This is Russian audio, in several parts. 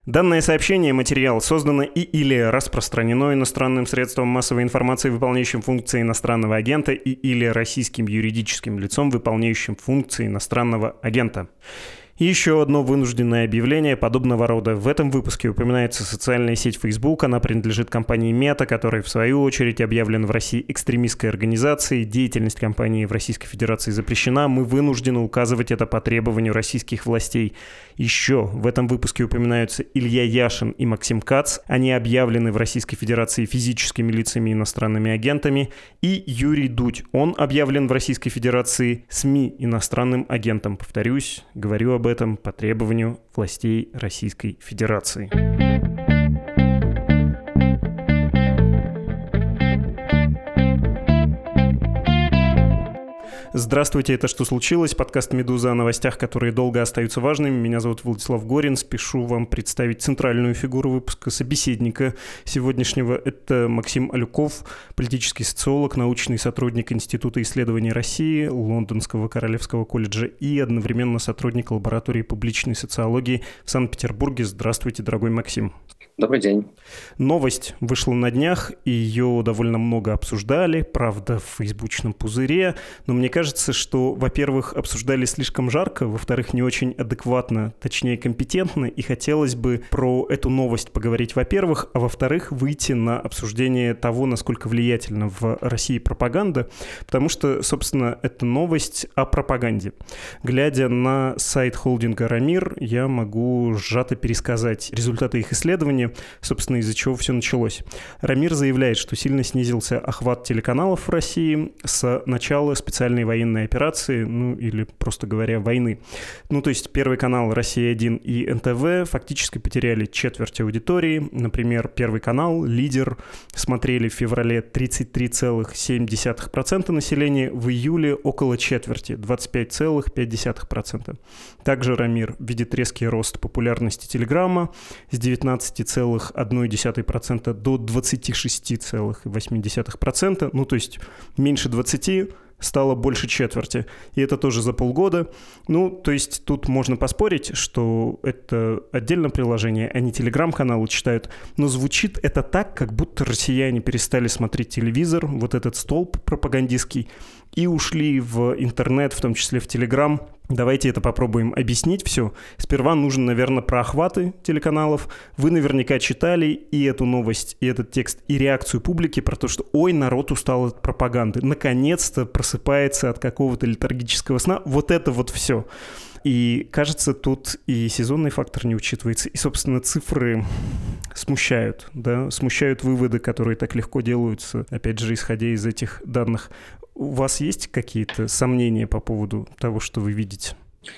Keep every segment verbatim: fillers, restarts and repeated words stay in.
Данное сообщение, материал создано и или распространено иностранным средством массовой информации, выполняющим функции иностранного агента, и или российским юридическим лицом, выполняющим функции иностранного агента. И еще одно вынужденное объявление подобного рода. В этом выпуске упоминается социальная сеть Facebook. Она принадлежит компании Meta, которая в свою очередь объявлена в России экстремистской организацией. Деятельность компании в Российской Федерации запрещена. Мы вынуждены указывать это по требованию российских властей. Еще в этом выпуске упоминаются Илья Яшин и Максим Кац. Они объявлены в Российской Федерации физическими лицами, иностранными агентами. И Юрий Дудь. Он объявлен в Российской Федерации СМИ иностранным агентом. Повторюсь, говорю об этом по требованию властей Российской Федерации. Здравствуйте, это «Что случилось?» Подкаст «Медуза» о новостях, которые долго остаются важными. Меня зовут Владислав Горин. Спешу вам представить центральную фигуру выпуска, собеседника сегодняшнего. Это Максим Алюков, политический социолог, научный сотрудник Института исследований России, Лондонского Королевского колледжа и одновременно сотрудник лаборатории публичной социологии в Санкт-Петербурге. Здравствуйте, дорогой Максим. Добрый день. Новость вышла на днях, и ее довольно много обсуждали, правда, в фейсбучном пузыре, но мне кажется, что, во-первых, обсуждали слишком жарко, во-вторых, не очень адекватно, точнее, компетентно, и хотелось бы про эту новость поговорить, во-первых, а во-вторых, выйти на обсуждение того, насколько влиятельна в России пропаганда, потому что, собственно, это новость о пропаганде. Глядя на сайт холдинга «Рамир», я могу сжато пересказать результаты их исследования, собственно, из-за чего все началось. Рамир заявляет, что сильно снизился охват телеканалов в России с начала специальной военной операции, ну или, просто говоря, войны. Ну, то есть Первый канал, Россия один и эн тэ вэ фактически потеряли четверть аудитории. Например, Первый канал, Лидер смотрели в феврале тридцать три целых семь десятых процента населения, в июле около четверти, двадцать пять целых пять десятых процента. Также Рамир видит резкий рост популярности Телеграма с девятнадцати целых одной десятой процента до двадцати шести целых восьми десятых процента, ну то есть меньше двадцати стало больше четверти, и это тоже за полгода. Ну, то есть тут можно поспорить, что это отдельное приложение, а не телеграм-каналы читают, но звучит это так, как будто россияне перестали смотреть телевизор, вот этот столб пропагандистский, и ушли в интернет, в том числе в Телеграм. Давайте это попробуем объяснить все. Сперва нужно, наверное, про охваты телеканалов. Вы наверняка читали и эту новость, и этот текст, и реакцию публики про то, что ой, народ устал от пропаганды. Наконец-то просыпается от какого-то летаргического сна. Вот это вот все. И, кажется, тут и сезонный фактор не учитывается, и, собственно, цифры смущают, да, смущают выводы, которые так легко делаются, опять же, исходя из этих данных. У вас есть какие-то сомнения по поводу того, что вы видите?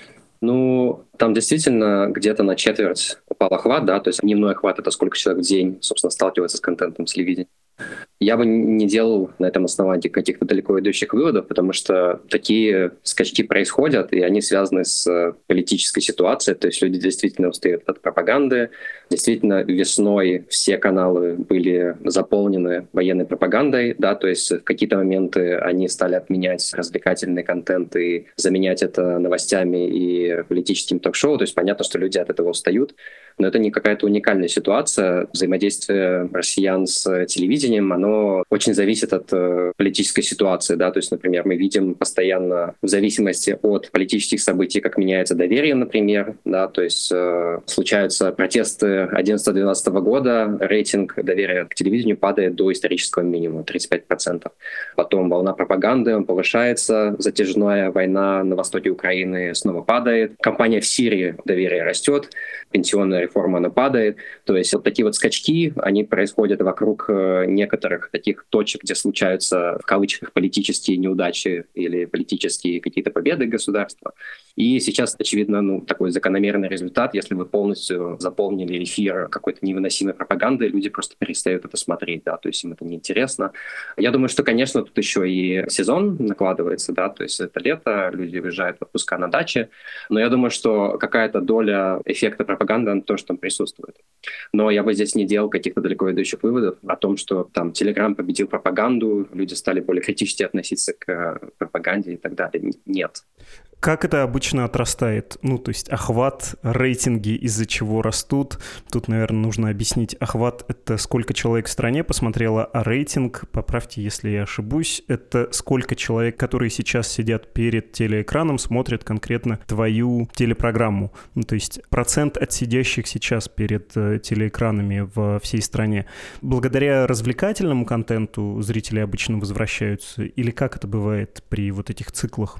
Ну, там действительно где-то на четверть упал охват, да, то есть дневной охват — это сколько человек в день, собственно, сталкивается с контентом телевидения. Я бы не делал на этом основании каких-то далеко идущих выводов, потому что такие скачки происходят, и они связаны с политической ситуацией, то есть люди действительно устают от пропаганды. Действительно, весной все каналы были заполнены военной пропагандой, да, то есть в какие-то моменты они стали отменять развлекательный контент и заменять это новостями и политическим ток-шоу, то есть понятно, что люди от этого устают, но это не какая-то уникальная ситуация. Взаимодействие россиян с телевидением, оно очень зависит от э, политической ситуации, да, то есть, например, мы видим постоянно в зависимости от политических событий, как меняется доверие, например, да, то есть э, случаются протесты одиннадцатого-двенадцатого года, рейтинг доверия к телевидению падает до исторического минимума, тридцать пять процентов. Потом волна пропаганды, он повышается, затяжная война на востоке Украины снова падает, кампания в Сирии, доверие растет, пенсионная реформа, она падает. То есть вот такие вот скачки, они происходят вокруг некоторых таких точек, где случаются, в кавычках, политические неудачи или политические какие-то победы государства. И сейчас, очевидно, ну, такой закономерный результат, если вы полностью заполнили эфир какой-то невыносимой пропаганды, люди просто перестают это смотреть, да, то есть им это неинтересно. Я думаю, что, конечно, тут еще и сезон накладывается, да, то есть это лето, люди уезжают в отпуска на даче, но я думаю, что какая-то доля эффекта пропаганды, она тоже там присутствует. Но я бы здесь не делал каких-то далеко идущих выводов о том, что там Телеграм победил пропаганду, люди стали более критически относиться к пропаганде и так далее. Нет. Как это обычно отрастает? Ну, то есть охват, рейтинги, из-за чего растут. Тут, наверное, нужно объяснить. Охват — это сколько человек в стране посмотрело, а рейтинг, поправьте, если я ошибусь, это сколько человек, которые сейчас сидят перед телеэкраном, смотрят конкретно твою телепрограмму. Ну, то есть процент от сидящих сейчас перед э, телеэкранами во всей стране. Благодаря развлекательному контенту зрители обычно возвращаются? Или как это бывает при вот этих циклах?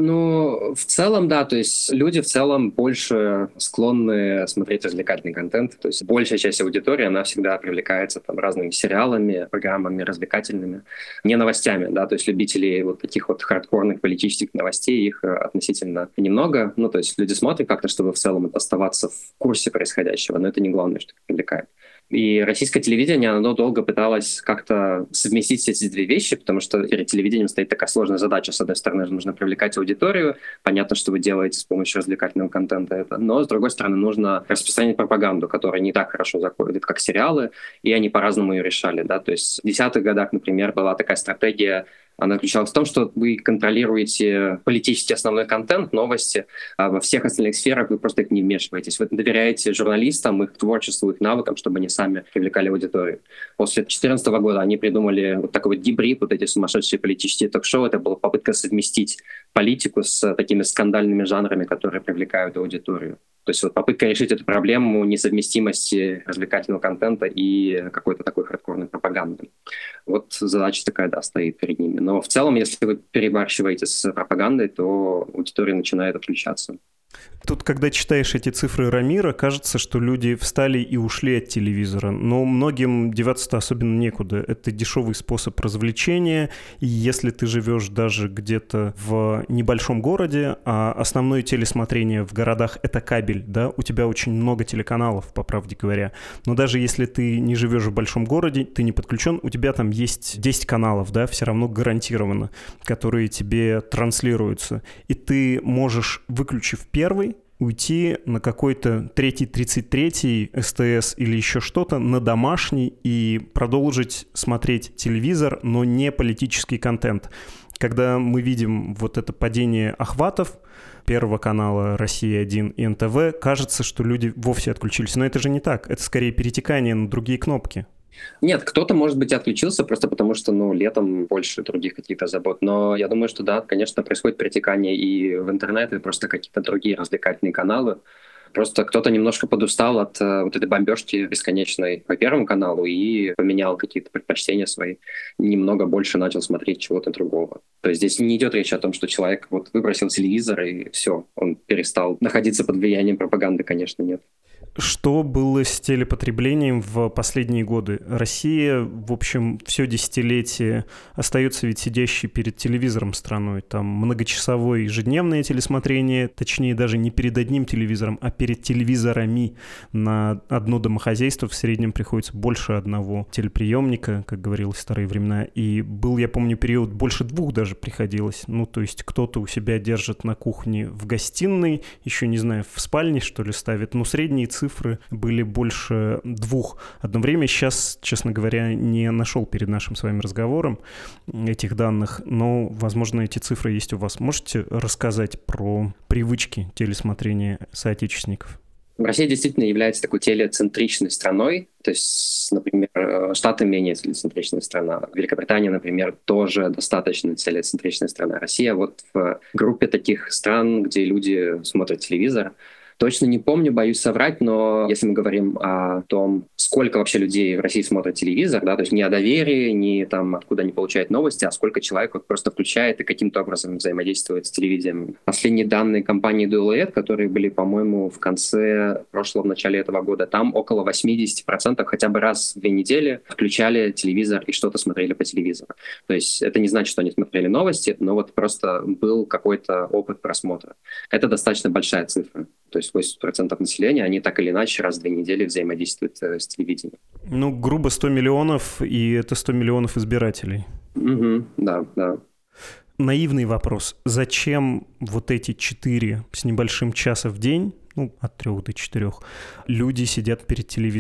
Ну, в целом, да, то есть люди в целом больше склонны смотреть развлекательный контент, то есть большая часть аудитории, она всегда привлекается там разными сериалами, программами развлекательными, не новостями, да, то есть любителей вот таких вот хардкорных политических новостей, их относительно немного, ну, то есть люди смотрят как-то, чтобы в целом оставаться в курсе происходящего, но это не главное, что их привлекает. И российское телевидение, оно долго пыталось как-то совместить эти две вещи, потому что перед телевидением стоит такая сложная задача. С одной стороны, нужно привлекать аудиторию. Понятно, что вы делаете с помощью развлекательного контента это. Но, с другой стороны, нужно распространять пропаганду, которая не так хорошо заходит, как сериалы, и они по-разному ее решали. Да? То есть в десятых годах, например, была такая стратегия. Она заключалась в том, что вы контролируете политический основной контент, новости, а во всех остальных сферах вы просто их не вмешиваетесь. Вы доверяете журналистам, их творчеству, их навыкам, чтобы они сами привлекали аудиторию. После две тысячи четырнадцатого года они придумали вот такой вот гибрид, вот эти сумасшедшие политические ток-шоу. Это была попытка совместить политику с такими скандальными жанрами, которые привлекают аудиторию. То есть вот попытка решить эту проблему несовместимости развлекательного контента и какой-то такой хардкорной пропаганды. Вот задача такая, да, стоит перед ними. Но в целом, если вы перебарщиваете с пропагандой, то аудитория начинает отключаться. Тут, когда читаешь эти цифры Рамира, кажется, что люди встали и ушли от телевизора. Но многим деваться-то особенно некуда. Это дешевый способ развлечения. И если ты живешь даже где-то в небольшом городе, а основное телесмотрение в городах — это кабель, да, у тебя очень много телеканалов, по правде говоря. Но даже если ты не живешь в большом городе, ты не подключен, у тебя там есть десять каналов, да, все равно гарантированно, которые тебе транслируются. И ты можешь, выключив первый, уйти на какой-то третий, тридцать третий СТС или еще что-то, на домашний и продолжить смотреть телевизор, но не политический контент. Когда мы видим вот это падение охватов Первого канала, Россия один и эн тэ вэ, кажется, что люди вовсе отключились. Но это же не так. Это скорее перетекание на другие кнопки. Нет, кто-то, может быть, и отключился просто потому, что, ну, летом больше других каких-то забот. Но я думаю, что да, конечно, происходит перетекание и в интернет, и просто какие-то другие развлекательные каналы. Просто кто-то немножко подустал от э, вот этой бомбежки бесконечной по Первому каналу и поменял какие-то предпочтения свои. Немного больше начал смотреть чего-то другого. То есть здесь не идет речь о том, что человек вот выбросил телевизор и все, он перестал находиться под влиянием пропаганды, конечно, нет. Что было с телепотреблением в последние годы? Россия, в общем, все десятилетие остается ведь сидящей перед телевизором страной. Там многочасовое ежедневное телесмотрение, точнее даже не перед одним телевизором, а перед телевизорами. На одно домохозяйство в среднем приходится больше одного телеприемника, как говорилось в старые времена. И был, я помню, период больше двух даже приходилось. Ну, то есть кто-то у себя держит на кухне в гостиной, еще, не знаю, в спальне, что ли, ставит. Но средние цифры были больше двух. Одно время, сейчас, честно говоря, не нашел перед нашим с вами разговором этих данных, но, возможно, эти цифры есть у вас. Можете рассказать про привычки телесмотрения соотечественников? Россия действительно является такой телецентричной страной. То есть, например, Штаты менее телецентричная страна. Великобритания, например, тоже достаточно телецентричная страна. Россия вот в группе таких стран, где люди смотрят телевизор. Точно не помню, боюсь соврать, но если мы говорим о том, сколько вообще людей в России смотрят телевизор, да, то есть не о доверии, не там, откуда они получают новости, а сколько человек вот просто включает и каким-то образом взаимодействует с телевидением. Последние данные компании Dualnet, которые были, по-моему, в конце прошлого, в начале этого года, там около восемьдесят процентов хотя бы раз в две недели включали телевизор и что-то смотрели по телевизору. То есть это не значит, что они смотрели новости, но вот просто был какой-то опыт просмотра. Это достаточно большая цифра. То есть восемьдесят процентов населения, они так или иначе раз в две недели взаимодействуют э, с телевидением. Ну, грубо сто миллионов, и это сто миллионов избирателей. Угу, да, да. Наивный вопрос. Зачем вот эти четыре с небольшим часа в день, ну, от трех до четырех, люди сидят перед телевизором?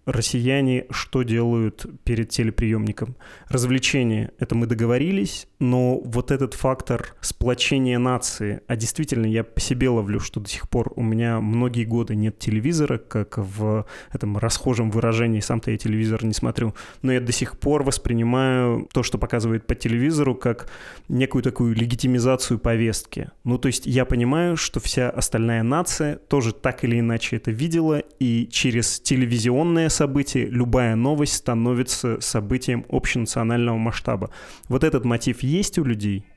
россияне что делают перед телеприемником? Развлечения — это мы договорились, но вот этот фактор сплочения нации, а действительно я по себе ловлю, что до сих пор у меня многие годы нет телевизора, как в этом расхожем выражении, сам-то я телевизор не смотрю, но я до сих пор воспринимаю то, что показывает по телевизору, как некую такую легитимизацию повестки. Ну, то есть я понимаю, что вся остальная нация тоже так или иначе это видела, и через телевизионное событие любая новость становится событием общенационального масштаба. Вот этот мотив есть у людей?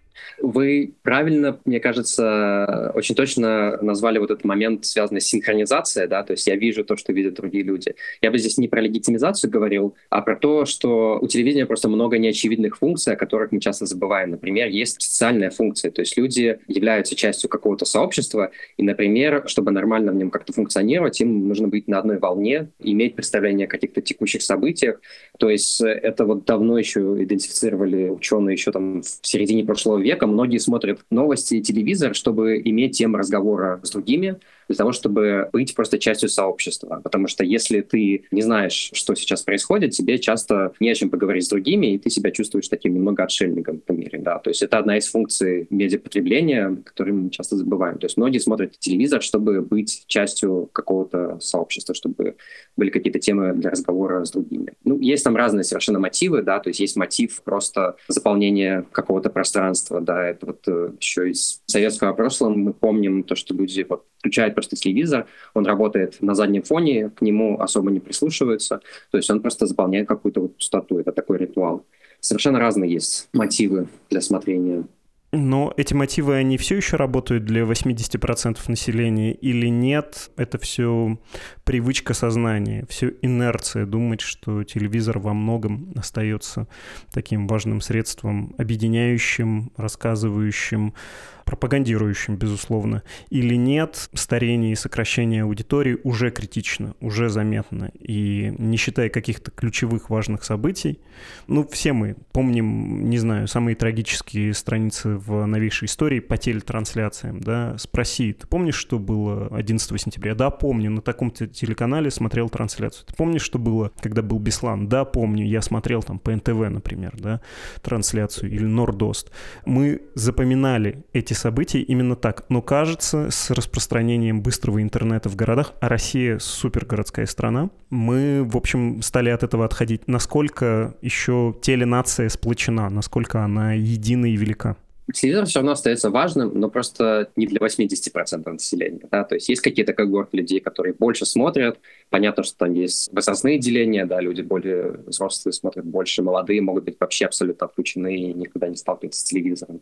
Вы правильно, мне кажется, очень точно назвали вот этот момент, связанный с синхронизацией, да, то есть я вижу то, что видят другие люди. Я бы здесь не про легитимизацию говорил, а про то, что у телевидения просто много неочевидных функций, о которых мы часто забываем. Например, есть социальная функция, то есть люди являются частью какого-то сообщества, и, например, чтобы нормально в нем как-то функционировать, им нужно быть на одной волне, иметь представление о каких-то текущих событиях. То есть это вот давно еще идентифицировали ученые еще там в середине прошлого века. Многие смотрят новости и телевизор, чтобы иметь тему разговора с другими, для того, чтобы быть просто частью сообщества. Потому что если ты не знаешь, что сейчас происходит, тебе часто не о чем поговорить с другими, и ты себя чувствуешь таким немного отшельником, по мере, да. То есть это одна из функций медиапотребления, которые мы часто забываем. То есть многие смотрят телевизор, чтобы быть частью какого-то сообщества, чтобы были какие-то темы для разговора с другими. Ну, есть там разные совершенно мотивы, да, то есть есть мотив просто заполнения какого-то пространства, да, это вот э, еще из советского прошлого мы помним то, что люди вот включают просто телевизор, он работает на заднем фоне, к нему особо не прислушиваются, то есть он просто заполняет какую-то вот пустоту, это такой ритуал. Совершенно разные есть мотивы для смотрения. Но эти мотивы, они все еще работают для восемьдесят процентов населения или нет? Это все привычка сознания, все инерция думать, что телевизор во многом остается таким важным средством, объединяющим, рассказывающим, пропагандирующим, безусловно, или нет, старение и сокращение аудитории уже критично, уже заметно. И не считая каких-то ключевых важных событий, ну, все мы помним, не знаю, самые трагические страницы в новейшей истории по телетрансляциям, да, спроси, ты помнишь, что было одиннадцатого сентября? Да, помню, на таком-то телеканале смотрел трансляцию. Ты помнишь, что было, когда был Беслан? Да, помню, я смотрел там по эн тэ вэ, например, да, трансляцию, или Нордост. Мы запоминали эти событий именно так. Но кажется, с распространением быстрого интернета в городах, а Россия супергородская страна, мы, в общем, стали от этого отходить. Насколько еще теленация сплочена, насколько она едина и велика? Телевизор все равно остается важным, но просто не для восемьдесят процентов населения. Да? То есть есть какие-то когорты людей, которые больше смотрят. Понятно, что там есть возрастные деления, да, люди более взрослые смотрят больше, молодые могут быть вообще абсолютно отключены и никогда не сталкиваться с телевизором.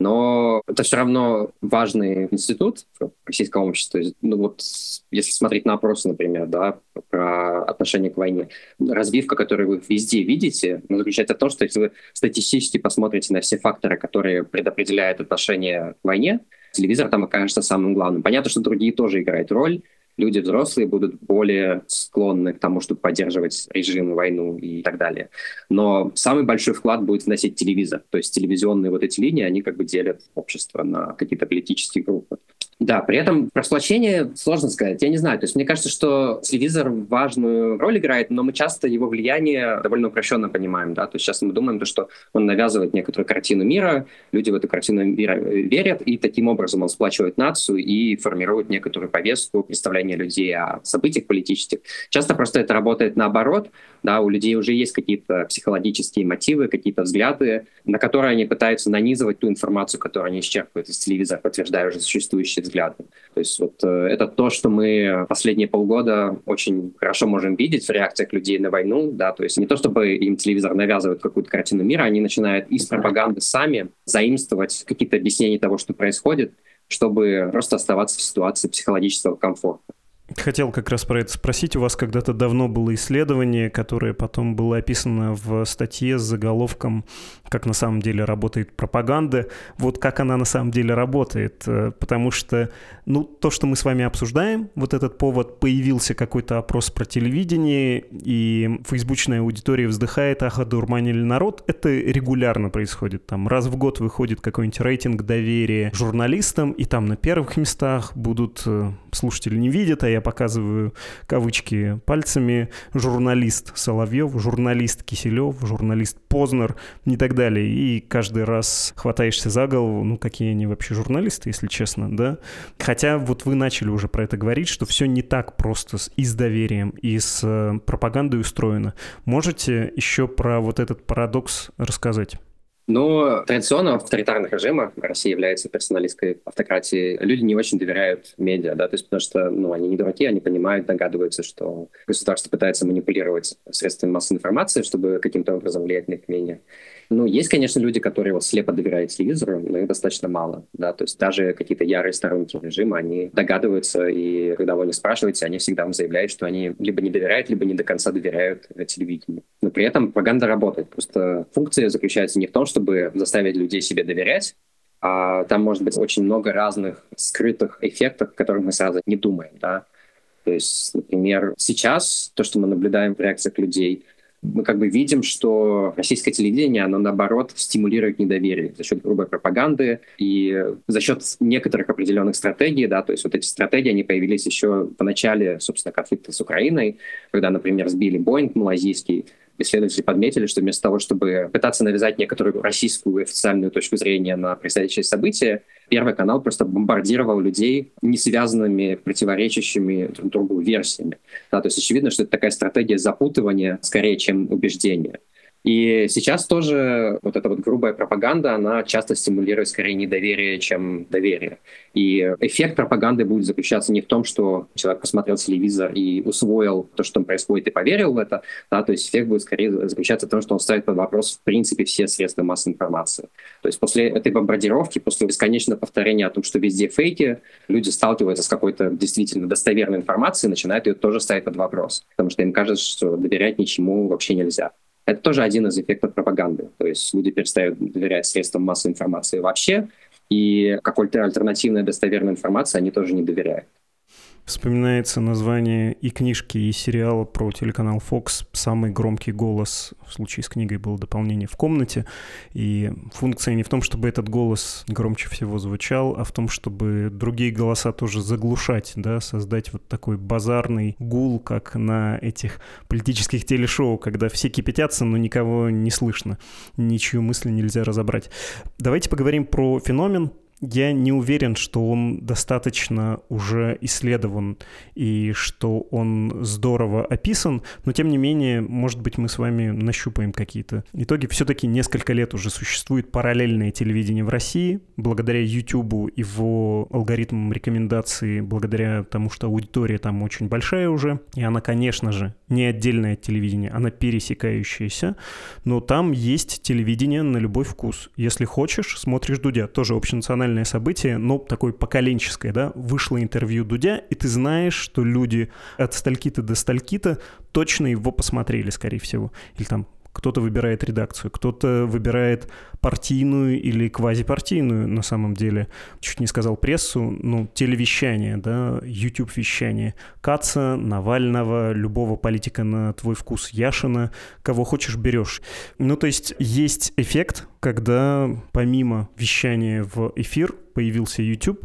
Но это все равно важный институт в российском обществе. Ну вот, если смотреть на опросы, например, да, про отношение к войне, разбивка, которую вы везде видите, заключается в том, что если вы статистически посмотрите на все факторы, которые предопределяют отношение к войне, телевизор там окажется самым главным. Понятно, что другие тоже играют роль. Люди взрослые будут более склонны к тому, чтобы поддерживать режим, войну и так далее. Но самый большой вклад будет вносить телевизор. То есть телевизионные вот эти линии, они как бы делят общество на какие-то политические группы. Да, при этом про сплочение сложно сказать. Я не знаю. То есть мне кажется, что телевизор важную роль играет, но мы часто его влияние довольно упрощенно понимаем. Да? То есть сейчас мы думаем, что он навязывает некоторую картину мира, люди в эту картину мира верят, и таким образом он сплачивает нацию и формирует некоторую повестку, представление людей о событиях политических. Часто просто это работает наоборот. Да? У людей уже есть какие-то психологические мотивы, какие-то взгляды, на которые они пытаются нанизывать ту информацию, которую они исчерпывают из телевизора, подтверждая уже существующие взгляды. То есть вот э, это то, что мы последние полгода очень хорошо можем видеть в реакциях людей на войну, да, то есть не то, чтобы им телевизор навязывает какую-то картину мира, они начинают из пропаганды сами заимствовать какие-то объяснения того, что происходит, чтобы просто оставаться в ситуации психологического комфорта. Хотел как раз про это спросить. У вас когда-то давно было исследование, которое потом было описано в статье с заголовком «Как на самом деле работает пропаганда». Вот как она на самом деле работает. Потому что, ну, то, что мы с вами обсуждаем, вот этот повод, появился какой-то опрос про телевидение, и фейсбучная аудитория вздыхает: ах, одурманили народ. Это регулярно происходит. Там раз в год выходит какой-нибудь рейтинг доверия журналистам, и там на первых местах будут, слушатели не видят, а я показываю кавычки пальцами, журналист Соловьев, журналист Киселев, журналист Познер и так далее. И каждый раз хватаешься за голову, ну какие они вообще журналисты, если честно, да? Хотя вот вы начали уже про это говорить, что все не так просто с, и с доверием, и с э, пропагандой устроено. Можете еще про вот этот парадокс рассказать? Но традиционно в авторитарных режимах, Россия является персоналистской автократией, люди не очень доверяют медиа, да, то есть потому что, ну, они не дураки, они понимают, догадываются, что государство пытается манипулировать средствами массовой информации, чтобы каким-то образом влиять на их мнение. Ну, есть, конечно, люди, которые вот слепо доверяют телевизору, но их достаточно мало, да, то есть даже какие-то ярые сторонники режима, они догадываются, и когда вы не спрашиваете, они всегда вам заявляют, что они либо не доверяют, либо не до конца доверяют телевидению. Но при этом пропаганда работает, просто функция заключается не в том, чтобы заставить людей себе доверять, а там может быть очень много разных скрытых эффектов, о которых мы сразу не думаем, да. То есть, например, сейчас то, что мы наблюдаем в реакциях людей, мы как бы видим, что российское телевидение, оно, наоборот, стимулирует недоверие за счет грубой пропаганды и за счет некоторых определенных стратегий, да, то есть вот эти стратегии, они появились еще в начале, собственно, конфликта с Украиной, когда, например, сбили Боинг малайзийский. Исследователи подметили, что вместо того, чтобы пытаться навязать некоторую российскую официальную точку зрения на происходящее событие, Первый канал просто бомбардировал людей не связанными, противоречащими друг другу версиями. Да, то есть очевидно, что это такая стратегия запутывания скорее, чем убеждения. И сейчас тоже вот эта вот грубая пропаганда, она часто стимулирует скорее недоверие, чем доверие. И эффект пропаганды будет заключаться не в том, что человек посмотрел телевизор и усвоил то, что там происходит, и поверил в это, да, то есть эффект будет скорее заключаться в том, что он ставит под вопрос в принципе все средства массовой информации. То есть после этой бомбардировки, после бесконечного повторения о том, что везде фейки, люди сталкиваются с какой-то действительно достоверной информацией, начинают ее тоже ставить под вопрос, потому что им кажется, что доверять ничему вообще нельзя. Это тоже один из эффектов пропаганды. То есть люди перестают доверять средствам массовой информации вообще, и какой-то альтернативной достоверной информации они тоже не доверяют. Вспоминается название и книжки, и сериала про телеканал Fox «Самый громкий голос». В случае с книгой было дополнение в комнате. И функция не в том, чтобы этот голос громче всего звучал, а в том, чтобы другие голоса тоже заглушать, да, создать вот такой базарный гул, как на этих политических телешоу, когда все кипятятся, но никого не слышно, ничью мысли нельзя разобрать. Давайте поговорим про феномен. Я не уверен, что он достаточно уже исследован и что он здорово описан, но тем не менее, может быть, мы с вами нащупаем какие-то итоги. Все-таки несколько лет уже существует параллельное телевидение в России, благодаря Ютубу, его алгоритмам рекомендаций, благодаря тому, что аудитория там очень большая уже, и она, конечно же, не отдельное телевидение, она пересекающаяся, но там есть телевидение на любой вкус. Если хочешь, смотришь Дудя, тоже общенациональное событие, но такое поколенческое, да, вышло интервью Дудя, и ты знаешь, что люди от стальки-то до стальки-то точно его посмотрели, скорее всего. Или там кто-то выбирает редакцию, кто-то выбирает партийную или квазипартийную, на самом деле. Чуть не сказал прессу, ну, телевещание, да, YouTube-вещание. Каца, Навального, любого политика на твой вкус, Яшина, кого хочешь берешь. Ну, то есть есть эффект, когда помимо вещания в эфир появился YouTube,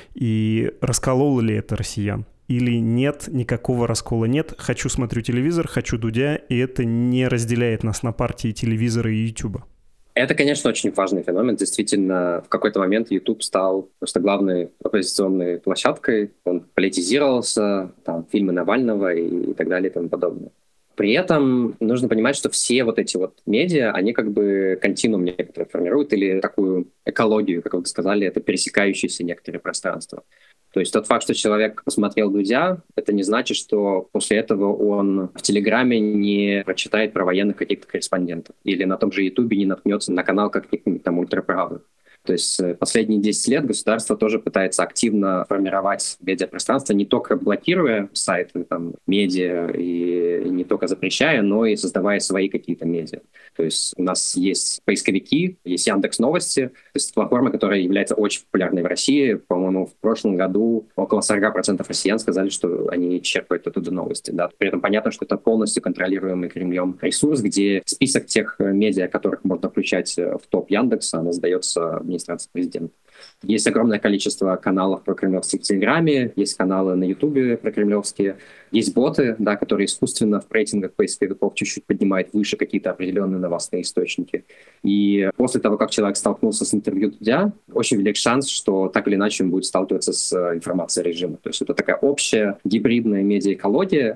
и раскололо ли это россиян? Или нет, никакого раскола нет. Хочу, смотрю телевизор, хочу Дудя, и это не разделяет нас на партии телевизора и Ютуба. Это, конечно, очень важный феномен. Действительно, в какой-то момент YouTube стал просто главной оппозиционной площадкой. Он политизировался, там, фильмы Навального и, и так далее и тому подобное. При этом нужно понимать, что все вот эти вот медиа, они как бы континуум некоторые формируют, или такую экологию, как вы сказали, это пересекающиеся некоторые пространства. То есть тот факт, что человек посмотрел Дудя, это не значит, что после этого он в Телеграме не прочитает про военных каких-то корреспондентов или на том же Ютубе не наткнется на канал каких-нибудь там ультраправых. То есть последние десять лет государство тоже пытается активно формировать медиапространство, не только блокируя сайты, там, медиа и не только запрещая, но и создавая свои какие-то медиа. То есть у нас есть поисковики, есть Яндекс.Новости, то есть платформа, которая является очень популярной в России. По-моему, в прошлом году около сорок процентов россиян сказали, что они черпают оттуда новости. Да? При этом понятно, что это полностью контролируемый Кремлем ресурс, где список тех медиа, которых можно включать в топ Яндекса, она сдается администрации президента. Есть огромное количество каналов прокремлевских в Телеграме, есть каналы на Ютубе прокремлевские, есть боты, да, которые искусственно в рейтингах поисковиков чуть-чуть поднимают выше какие-то определенные новостные источники. И после того, как человек столкнулся с интервью Дудя, очень велик шанс, что так или иначе он будет сталкиваться с информацией режима. То есть это такая общая гибридная медиаэкология,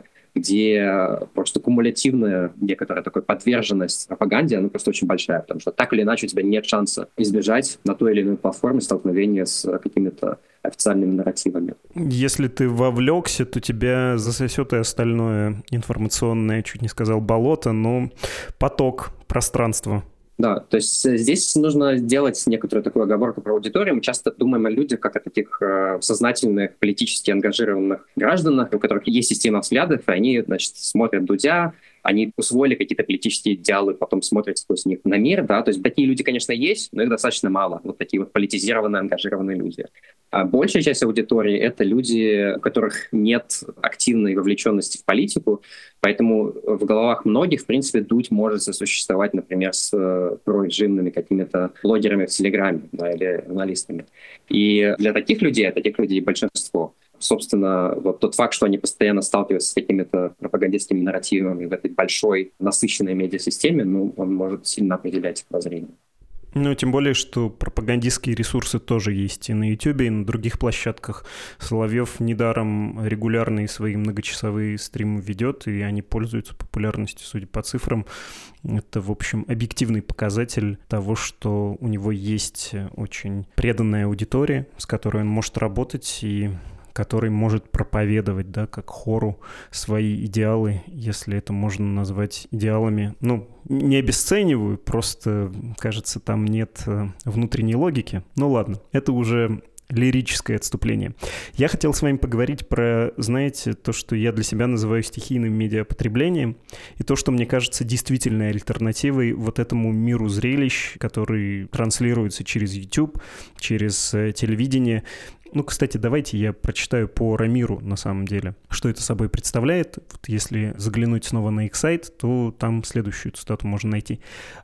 где просто кумулятивная некоторая такая подверженность пропаганде, она просто очень большая, потому что так или иначе у тебя нет шанса избежать на той или иной платформе столкновения с какими-то официальными нарративами. Если ты вовлекся, то тебя засосет и остальное информационное, чуть не сказал болото, но поток, пространство. Да, то есть здесь нужно делать некоторую такую оговорку про аудиторию. Мы часто думаем о людях как о таких э, сознательных, политически ангажированных гражданах, у которых есть система взглядов, и они, значит, смотрят Дудя, они усвоили какие-то политические идеалы, потом смотрят сквозь них на мир, да, то есть такие люди, конечно, есть, но их достаточно мало, вот такие вот политизированные, ангажированные люди. А большая часть аудитории — это люди, у которых нет активной вовлеченности в политику, поэтому в головах многих, в принципе, Дудь может сосуществовать, например, с прорежимными какими-то блогерами в Телеграме, да, или журналистами. И для таких людей, таких людей большинство. Собственно, вот тот факт, что они постоянно сталкиваются с какими-то пропагандистскими нарративами в этой большой, насыщенной медиасистеме, ну, он может сильно определять их воззрение. Ну, тем более, что пропагандистские ресурсы тоже есть и на Ютубе, и на других площадках. Соловьев недаром регулярные свои многочасовые стримы ведет, и они пользуются популярностью, судя по цифрам. Это, в общем, объективный показатель того, что у него есть очень преданная аудитория, с которой он может работать, и который может проповедовать, да, как хору свои идеалы, если это можно назвать идеалами. Ну, не обесцениваю, просто, кажется, там нет внутренней логики. Ну ладно, это уже лирическое отступление. Я хотел с вами поговорить про, знаете, то, что я для себя называю стихийным медиапотреблением, и то, что мне кажется действительной альтернативой вот этому миру зрелищ, который транслируется через YouTube, через телевидение. Ну, кстати, давайте я прочитаю по Рамиру, на самом деле, что это собой представляет. Вот если заглянуть снова на их сайт, то там следующую цитату можно найти.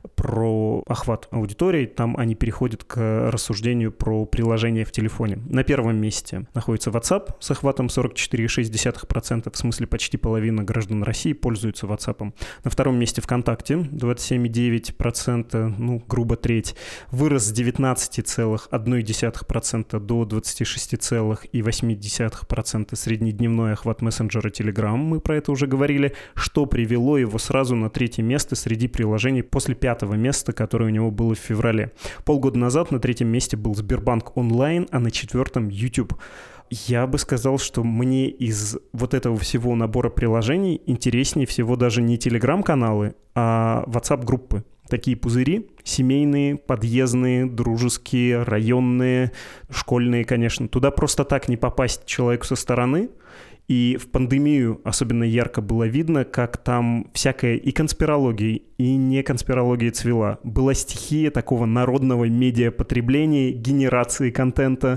Про охват аудитории, там они переходят к рассуждению про приложение в телефоне. На первом месте находится WhatsApp с охватом сорок четыре целых шесть десятых процента, в смысле почти половина граждан России пользуются WhatsApp. На втором месте ВКонтакте, двадцать семь целых девять десятых процента, ну, грубо треть, вырос с девятнадцать целых одна десятая процента до двадцать шесть целых восемь десятых процента среднедневной охват мессенджера Telegram, мы про это уже говорили, что привело его сразу на третье место среди приложений после пятого места, которое у него было в феврале. Полгода назад на третьем месте был Сбербанк онлайн, а на четвертом YouTube. Я бы сказал, что мне из вот этого всего набора приложений интереснее всего даже не Telegram-каналы, а WhatsApp-группы. Такие пузыри, семейные, подъездные, дружеские, районные, школьные, конечно. Туда просто так не попасть человеку со стороны. И в пандемию особенно ярко было видно, как там всякая и конспирология, и не конспирология цвела. Была стихия такого народного медиапотребления, генерации контента.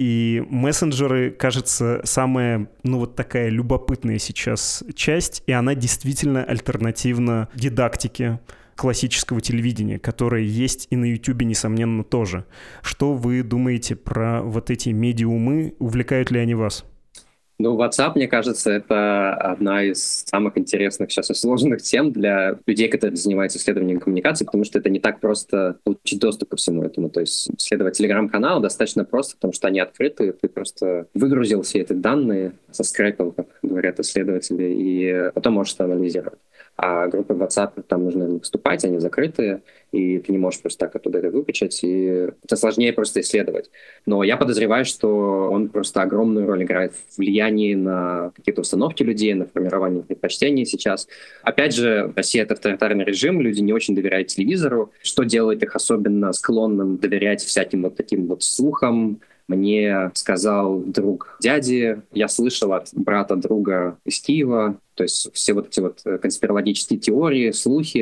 И мессенджеры, кажется, самая, ну вот такая любопытная сейчас часть, и она действительно альтернативна дидактике классического телевидения, которое есть и на Ютубе, несомненно, тоже. Что вы думаете про вот эти медиумы? Увлекают ли они вас? Ну, WhatsApp, мне кажется, это одна из самых интересных сейчас и сложных тем для людей, которые занимаются исследованием коммуникации, потому что это не так просто получить доступ ко всему этому. То есть исследовать телеграм-канал достаточно просто, потому что они открыты, ты просто выгрузил все эти данные, соскрепил, как говорят исследователи, и потом можешь это анализировать. А группы WhatsApp, там нужно вступать, они закрытые, и ты не можешь просто так оттуда это выкачать, и это сложнее просто исследовать. Но я подозреваю, что он просто огромную роль играет в влиянии на какие-то установки людей, на формирование предпочтений сейчас. Опять же, Россия — это авторитарный режим, люди не очень доверяют телевизору, что делает их особенно склонным доверять всяким вот таким вот слухам. Мне сказал друг дяди, я слышал от брата друга из Киева, то есть все вот эти вот конспирологические теории, слухи.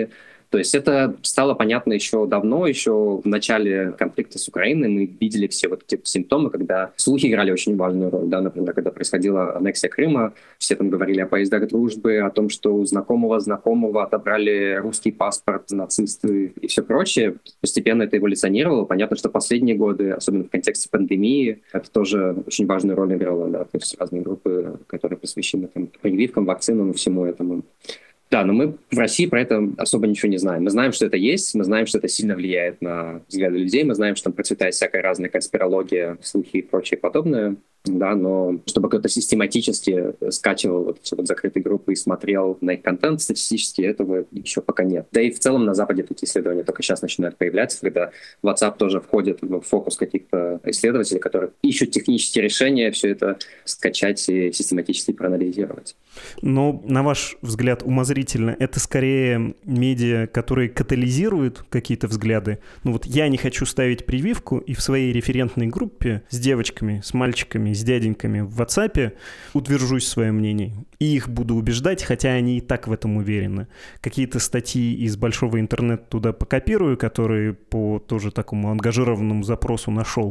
То есть это стало понятно еще давно, еще в начале конфликта с Украиной мы видели все вот эти симптомы, когда слухи играли очень важную роль, да, например, когда происходила аннексия Крыма, все там говорили о поездах дружбы, о том, что у знакомого знакомого отобрали русский паспорт, нацисты и все прочее. Постепенно это эволюционировало. Понятно, что последние годы, особенно в контексте пандемии, это тоже очень важную роль играло, да, то есть разные группы, которые посвящены там прививкам, вакцинам и всему этому. Да, но мы в России про это особо ничего не знаем. Мы знаем, что это есть, мы знаем, что это сильно влияет на взгляды людей, мы знаем, что там процветает всякая разная конспирология, слухи и прочее подобное, да, но чтобы кто-то систематически скачивал вот эти вот закрытые группы и смотрел на их контент статистически, этого еще пока нет. Да и в целом на Западе такие исследования только сейчас начинают появляться, когда WhatsApp тоже входит в фокус каких-то исследователей, которые ищут технические решения все это скачать и систематически проанализировать. Но, на ваш взгляд, умозрительно, это скорее медиа, которые катализируют какие-то взгляды? Ну вот я не хочу ставить прививку, и в своей референтной группе с девочками, с мальчиками, с дяденьками в WhatsApp утвержусь в своем мнении. И их буду убеждать, хотя они и так в этом уверены. Какие-то статьи из большого интернета туда покопирую, которые по тоже такому ангажированному запросу нашел.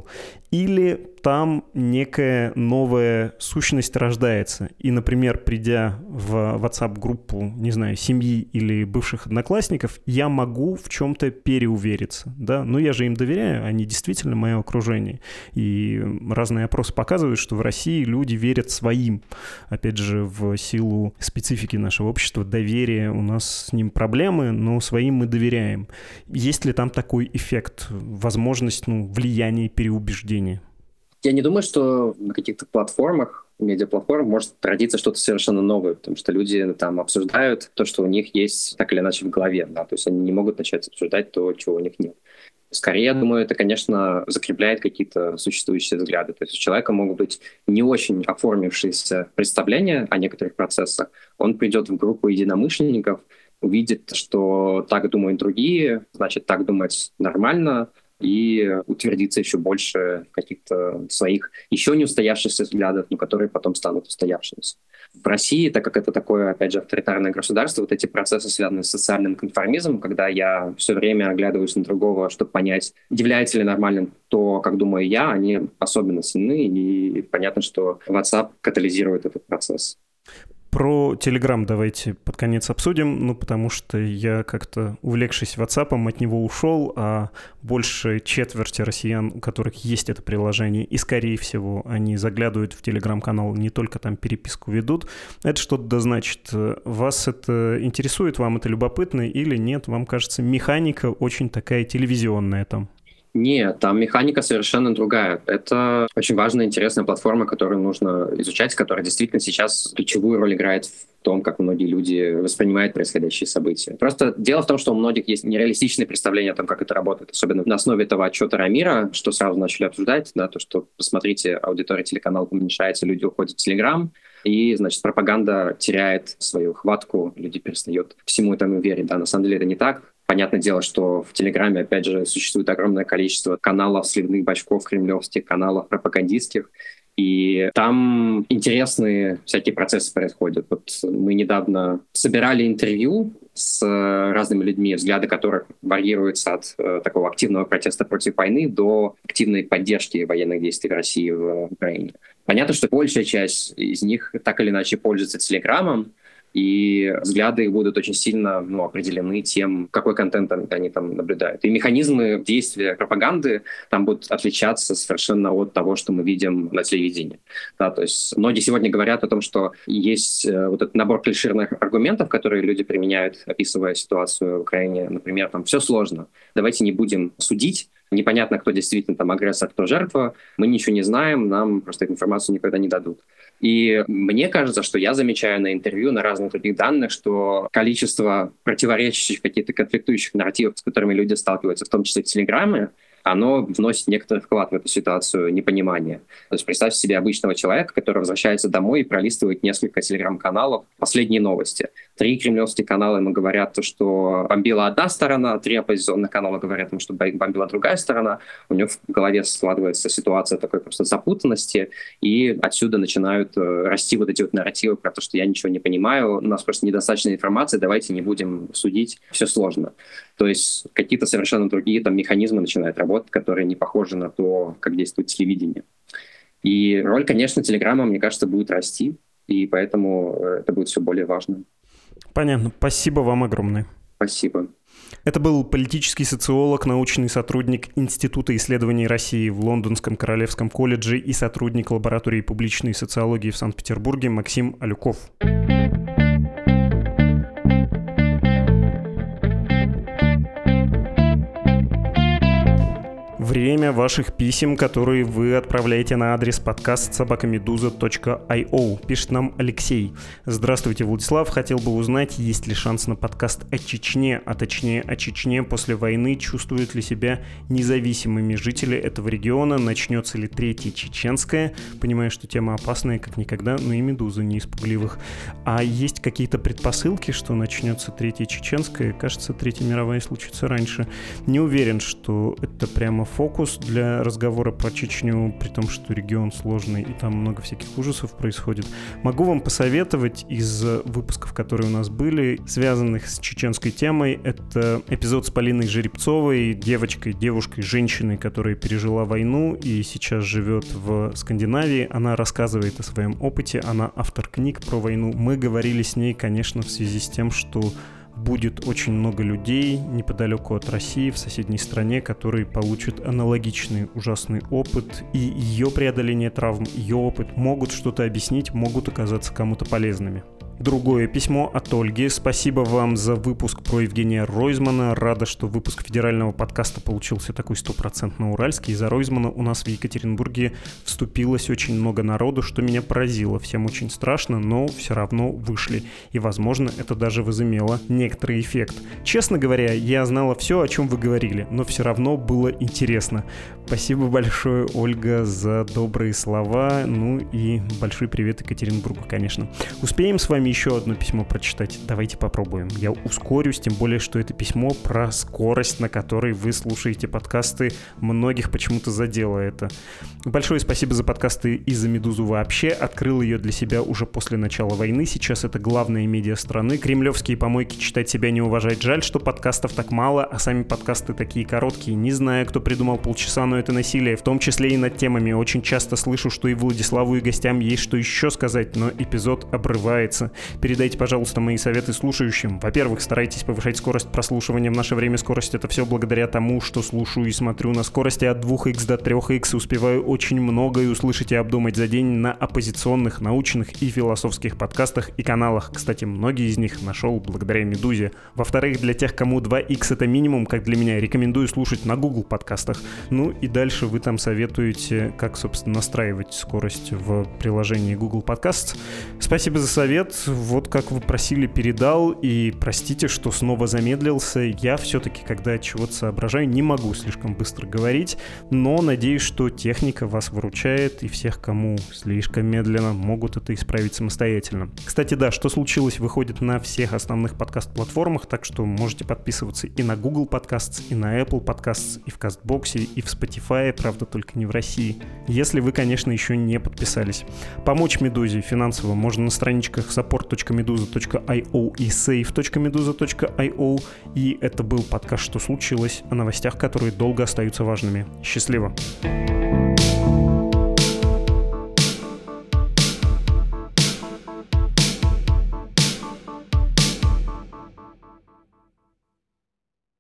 Или там некая новая сущность рождается. И, например, придя в WhatsApp-группу, не знаю, семьи или бывших одноклассников, я могу в чем-то переувериться. Да? Но я же им доверяю, они действительно мое окружение. И разные опросы показывают, что в России люди верят своим. Опять же, в силу специфики нашего общества, доверия, у нас с ним проблемы, но своим мы доверяем. Есть ли там такой эффект, возможность ну, влияния и переубеждения? Я не думаю, что на каких-то платформах, медиаплатформах может родиться что-то совершенно новое, потому что люди там обсуждают то, что у них есть так или иначе в голове, да, то есть они не могут начать обсуждать то, чего у них нет. Скорее, я думаю, это, конечно, закрепляет какие-то существующие взгляды. То есть у человека могут быть не очень оформившиеся представления о некоторых процессах. Он придет в группу единомышленников, увидит, что так думают другие, значит, так думать нормально, и утвердиться еще больше в каких-то своих еще не устоявшихся взглядах, но которые потом станут устоявшимися. В России, так как это такое, опять же, авторитарное государство, вот эти процессы связаны с социальным конформизмом, когда я все время оглядываюсь на другого, чтобы понять, является ли нормальным то, как думаю я, они особенно сильны, и понятно, что WhatsApp катализирует этот процесс. Про Telegram давайте под конец обсудим, ну, потому что я как-то, увлекшись WhatsApp, от него ушел, а больше четверти россиян, у которых есть это приложение, и, скорее всего, они заглядывают в Telegram-канал, не только там переписку ведут. Это что-то да значит. Вас это интересует, вам это любопытно или нет? Вам кажется, механика очень такая телевизионная там? Нет, там механика совершенно другая. Это очень важная, интересная платформа, которую нужно изучать, которая действительно сейчас ключевую роль играет в том, как многие люди воспринимают происходящие события. Просто дело в том, что у многих есть нереалистичные представления о том, как это работает, особенно на основе этого отчета Рамира, что сразу начали обсуждать, да, то, что, посмотрите, аудитория телеканала уменьшается, люди уходят в Телеграм, и, значит, пропаганда теряет свою хватку, люди перестают всему этому верить. Да, на самом деле это не так. Понятное дело, что в Телеграме, опять же, существует огромное количество каналов сливных бачков кремлевских, каналов пропагандистских, и там интересные всякие процессы происходят. Вот мы недавно собирали интервью с разными людьми, взгляды которых варьируются от э, такого активного протеста против войны до активной поддержки военных действий России в Украине. Понятно, что большая часть из них так или иначе пользуется Телеграмом, и взгляды их будут очень сильно ну, определены тем, какой контент они там наблюдают. И механизмы действия пропаганды там будут отличаться совершенно от того, что мы видим на телевидении. Да, то есть многие сегодня говорят о том, что есть э, вот этот набор клишированных аргументов, которые люди применяют, описывая ситуацию в Украине. Например, там «все сложно, давайте не будем судить». Непонятно, кто действительно там агрессор, кто жертва. Мы ничего не знаем, нам просто эту информацию никогда не дадут. И мне кажется, что я замечаю на интервью, на разных других данных, что количество противоречащих, каких-то конфликтующих нарративов, с которыми люди сталкиваются, в том числе в Телеграме, оно вносит некоторый вклад в эту ситуацию непонимания. То есть представь себе обычного человека, который возвращается домой и пролистывает несколько телеграм-каналов, последние новости. три кремлевских канала ему говорят, что бомбила одна сторона, три оппозиционных канала говорят ему, что бомбила другая сторона. У него в голове складывается ситуация такой просто запутанности, и отсюда начинают расти вот эти вот нарративы про то, что я ничего не понимаю, у нас просто недостаточно информации, давайте не будем судить, все сложно. То есть какие-то совершенно другие там механизмы начинают работать, которые не похожи на то, как действует телевидение. И роль, конечно, Телеграма, мне кажется, будет расти, и поэтому это будет все более важно. Понятно. Спасибо вам огромное. Спасибо. Это был политический социолог, научный сотрудник Института исследований России в Лондонском Королевском колледже и сотрудник лаборатории публичной социологии в Санкт-Петербурге Максим Алюков. Время ваших писем, которые вы отправляете на адрес подкаст собака медуза точка ай о. Пишет нам Алексей. Здравствуйте, Владислав. Хотел бы узнать, есть ли шанс на подкаст о Чечне, а точнее о Чечне после войны. Чувствуют ли себя независимыми жители этого региона? Начнется ли третья чеченская? Понимаю, что тема опасная, как никогда, но и медуза не из пугливых. А есть какие-то предпосылки, что начнется третья чеченская? Кажется, третья мировая случится раньше. Не уверен, что это прямо фокус для разговора про Чечню, при том, что регион сложный и там много всяких ужасов происходит. Могу вам посоветовать из выпусков, которые у нас были, связанных с чеченской темой. Это эпизод с Полиной Жеребцовой, девочкой, девушкой, женщиной, которая пережила войну и сейчас живет в Скандинавии. Она рассказывает о своем опыте, она автор книг про войну. Мы говорили с ней, конечно, в связи с тем, что будет очень много людей неподалеку от России, в соседней стране, которые получат аналогичный ужасный опыт, и ее преодоление травм, ее опыт могут что-то объяснить, могут оказаться кому-то полезными. Другое письмо от Ольги. Спасибо вам за выпуск про Евгения Ройзмана. Рада, что выпуск федерального подкаста получился такой стопроцентно уральский. За Ройзмана у нас в Екатеринбурге вступилось очень много народу, что меня поразило. Всем очень страшно, но все равно вышли. И, возможно, это даже возымело некоторый эффект. Честно говоря, я знала все, о чем вы говорили, но все равно было интересно. Спасибо большое, Ольга, за добрые слова. Ну и большой привет Екатеринбургу, конечно. Успеем с вами еще одно письмо прочитать? Давайте попробуем. Я ускорюсь, тем более, что это письмо про скорость, на которой вы слушаете подкасты. Многих почему-то задело это. Большое спасибо за подкасты и за «Медузу» вообще. Открыл ее для себя уже после начала войны. Сейчас это главная медиа страны. Кремлевские помойки читать себя не уважать. Жаль, что подкастов так мало, а сами подкасты такие короткие. Не знаю, кто придумал полчаса, но это насилие, в том числе и над темами. Очень часто слышу, что и Владиславу, и гостям есть что еще сказать, но эпизод обрывается. Передайте, пожалуйста, мои советы слушающим. Во-первых, старайтесь повышать скорость прослушивания. В наше время скорость — это все благодаря тому, что слушаю и смотрю на скорости от двух икс до трех икс. Успеваю очень много и услышать и обдумать за день на оппозиционных, научных и философских подкастах и каналах. Кстати, многие из них нашел благодаря «Медузе». Во-вторых, для тех, кому два икс это минимум, как для меня, рекомендую слушать на Google подкастах. Ну и дальше вы там советуете, как, собственно, настраивать скорость в приложении Google Podcasts. Спасибо за совет. Вот как вы просили, передал. И простите, что снова замедлился. Я все-таки, когда от чего-то соображаю, не могу слишком быстро говорить. Но надеюсь, что техника вас выручает. И всех, кому слишком медленно, могут это исправить самостоятельно. Кстати, да, «Что случилось» выходит на всех основных подкаст-платформах. Так что можете подписываться и на Google Podcasts, и на Apple Podcasts, и в Кастбоксе, и в Spotify. Правда, только не в России. Если вы, конечно, еще не подписались. Помочь «Медузе» финансово можно на страничках support точка медуза точка ай о и save точка медуза точка ай о. И это был подкаст «Что случилось?» о новостях, которые долго остаются важными. Счастливо!